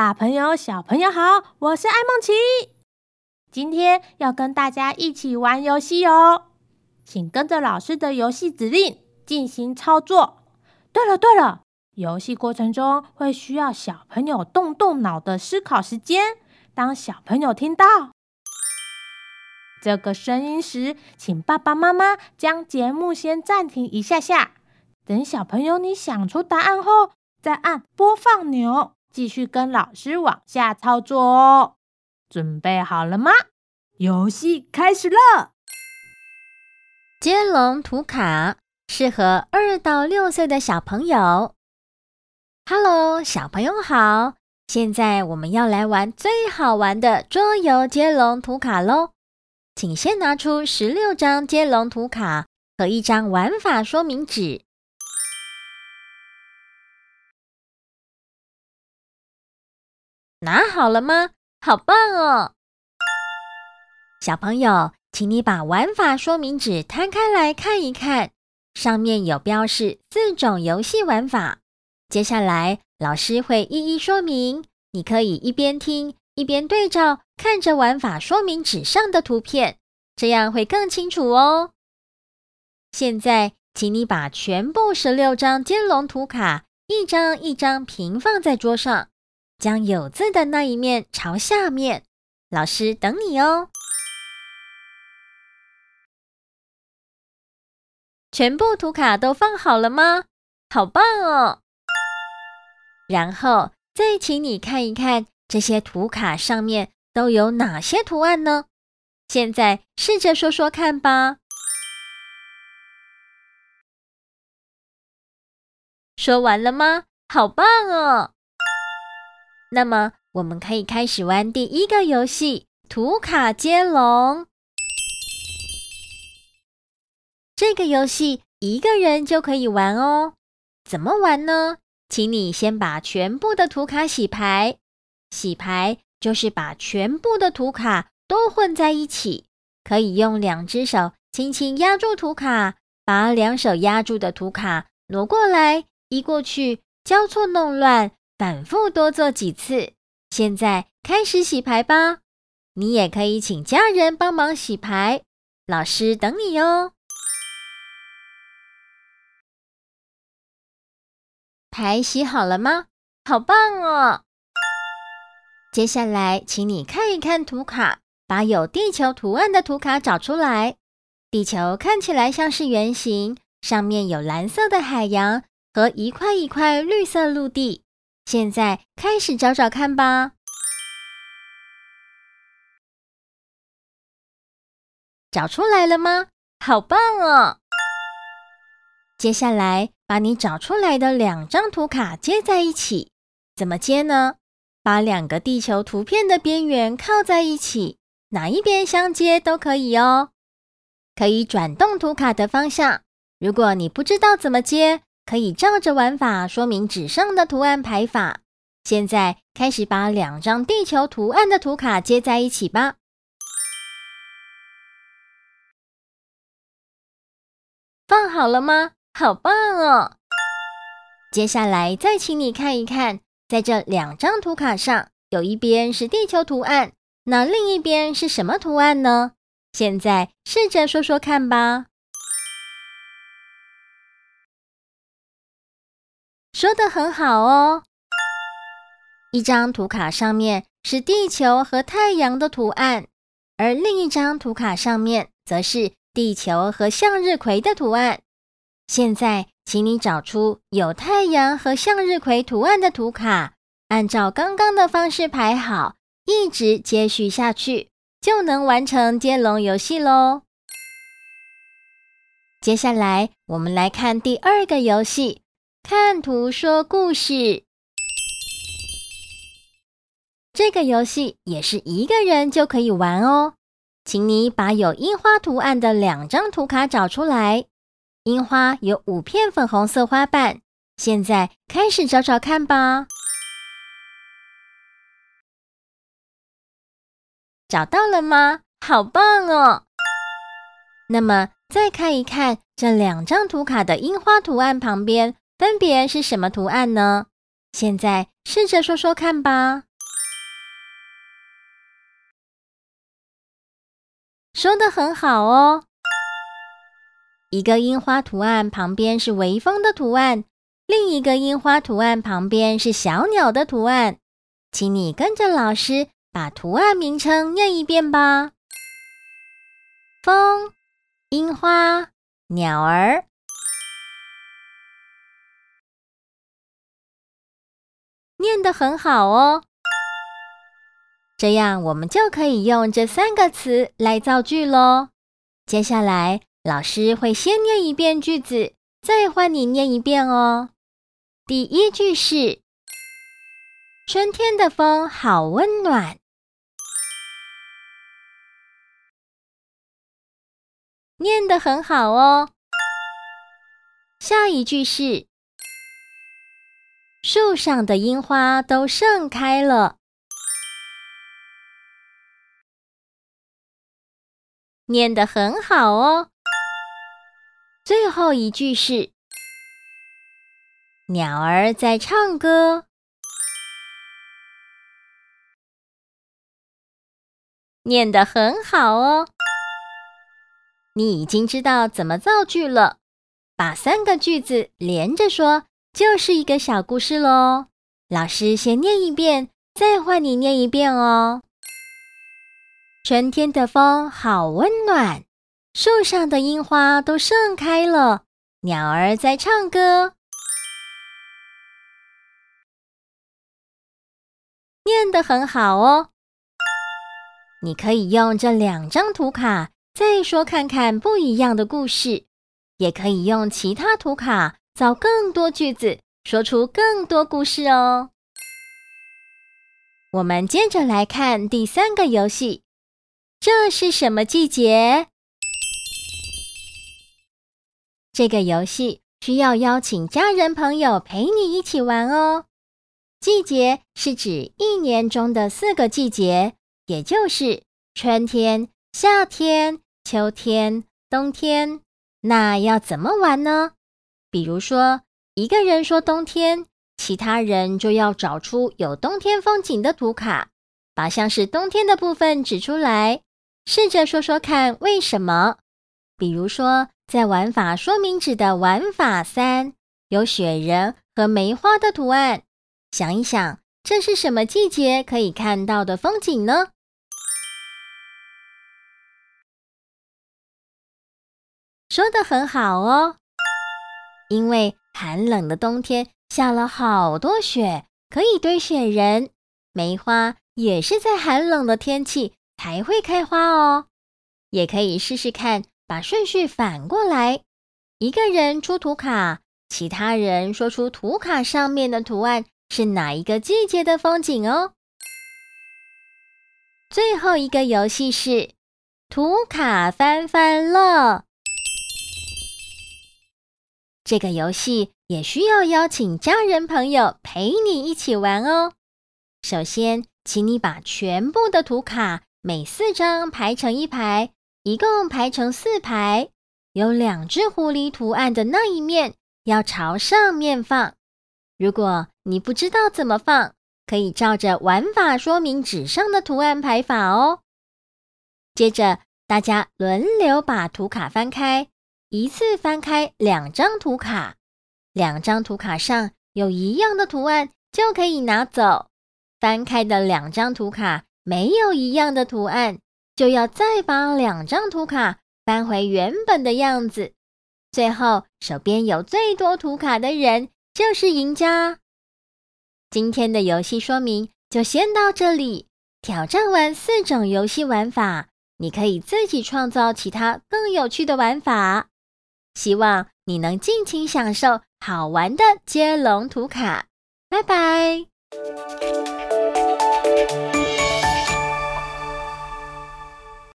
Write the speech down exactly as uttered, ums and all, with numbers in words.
大朋友、小朋友好，我是艾梦琪。今天要跟大家一起玩游戏哦，请跟着老师的游戏指令进行操作。对了对了，游戏过程中会需要小朋友动动脑的思考时间。当小朋友听到这个声音时，请爸爸妈妈将节目先暂停一下下，等小朋友你想出答案后，再按播放钮，继续跟老师往下操作哦。准备好了吗？游戏开始了。 接龙图卡适合二到六岁的小朋友。Hello， 小朋友好，现在我们要来玩最好玩的桌游接龙图卡咯。请先拿出十六张接龙图卡和一张玩法说明纸。拿好了吗？好棒哦！小朋友，请你把玩法说明纸摊开来看一看，上面有标示四种游戏玩法。接下来，老师会一一说明，你可以一边听，一边对照看着玩法说明纸上的图片，这样会更清楚哦。现在，请你把全部十六张接龙图卡一张一张平放在桌上，将有字的那一面朝下面。老师等你哦。全部图卡都放好了吗？好棒哦！然后再请你看一看这些图卡上面都有哪些图案呢？现在试着说说看吧。说完了吗？好棒哦！那么我们可以开始玩第一个游戏——图卡接龙。这个游戏一个人就可以玩哦。怎么玩呢？请你先把全部的图卡洗牌。洗牌就是把全部的图卡都混在一起，可以用两只手轻轻压住图卡，把两手压住的图卡挪过来、移过去，交错弄乱，反复多做几次。现在开始洗牌吧。你也可以请家人帮忙洗牌，老师等你哦。牌洗好了吗？好棒哦！接下来，请你看一看图卡，把有地球图案的图卡找出来。地球看起来像是圆形，上面有蓝色的海洋和一块一块绿色陆地。现在开始找找看吧。找出来了吗？好棒哦！接下来，把你找出来的两张图卡接在一起。怎么接呢？把两个地球图片的边缘靠在一起，哪一边相接都可以哦。可以转动图卡的方向。如果你不知道怎么接，可以照着玩法说明纸上的图案排法。现在开始把两张地球图案的图卡接在一起吧。放好了吗？好棒哦！接下来再请你看一看，在这两张图卡上，有一边是地球图案，那另一边是什么图案呢？现在试着说说看吧。说得很好哦。一张图卡上面是地球和太阳的图案，而另一张图卡上面则是地球和向日葵的图案。现在，请你找出有太阳和向日葵图案的图卡，按照刚刚的方式排好，一直接续下去，就能完成接龙游戏咯。接下来，我们来看第二个游戏，看图说故事。这个游戏也是一个人就可以玩哦。请你把有樱花图案的两张图卡找出来。樱花有五片粉红色花瓣，现在开始找找看吧。找到了吗？好棒哦！那么再看一看这两张图卡的樱花图案旁边分别是什么图案呢？现在试着说说看吧。 说得很好哦。一个樱花图案旁边是微风的图案，另一个樱花图案旁边是小鸟的图案。请你跟着老师把图案名称念一遍吧。风、樱花、鸟儿。念得很好哦。这样我们就可以用这三个词来造句咯。接下来老师会先念一遍句子，再换你念一遍哦。第一句是：春天的风好温暖。念得很好哦。下一句是：树上的樱花都盛开了。念得很好哦。最后一句是：鸟儿在唱歌。念得很好哦。你已经知道怎么造句了，把三个句子连着说，就是一个小故事咯。老师先念一遍，再换你念一遍哦。春天的风好温暖，树上的樱花都盛开了，鸟儿在唱歌。念得很好哦。你可以用这两张图卡再说看看不一样的故事，也可以用其他图卡造更多句子，说出更多故事哦。我们接着来看第三个游戏，这是什么季节？这个游戏需要邀请家人朋友陪你一起玩哦。季节是指一年中的四个季节，也就是春天、夏天、秋天、冬天。那要怎么玩呢？比如说，一个人说冬天，其他人就要找出有冬天风景的图卡，把像是冬天的部分指出来，试着说说看为什么。比如说，在玩法说明纸的玩法三，有雪人和梅花的图案，想一想，这是什么季节可以看到的风景呢？说得很好哦。因为寒冷的冬天下了好多雪，可以堆雪人。梅花也是在寒冷的天气才会开花哦。也可以试试看，把顺序反过来，一个人出图卡，其他人说出图卡上面的图案是哪一个季节的风景哦。最后一个游戏是图卡翻翻乐。这个游戏也需要邀请家人朋友陪你一起玩哦。首先，请你把全部的图卡每四张排成一排，一共排成四排。有两只狐狸图案的那一面要朝上面放。如果你不知道怎么放，可以照着玩法说明纸上的图案排法哦。接着，大家轮流把图卡翻开。一次翻开两张图卡，两张图卡上有一样的图案就可以拿走。翻开的两张图卡没有一样的图案，就要再把两张图卡翻回原本的样子。最后，手边有最多图卡的人就是赢家。今天的游戏说明就先到这里。挑战完四种游戏玩法，你可以自己创造其他更有趣的玩法。希望你能尽情享受好玩的接龙图卡，拜拜。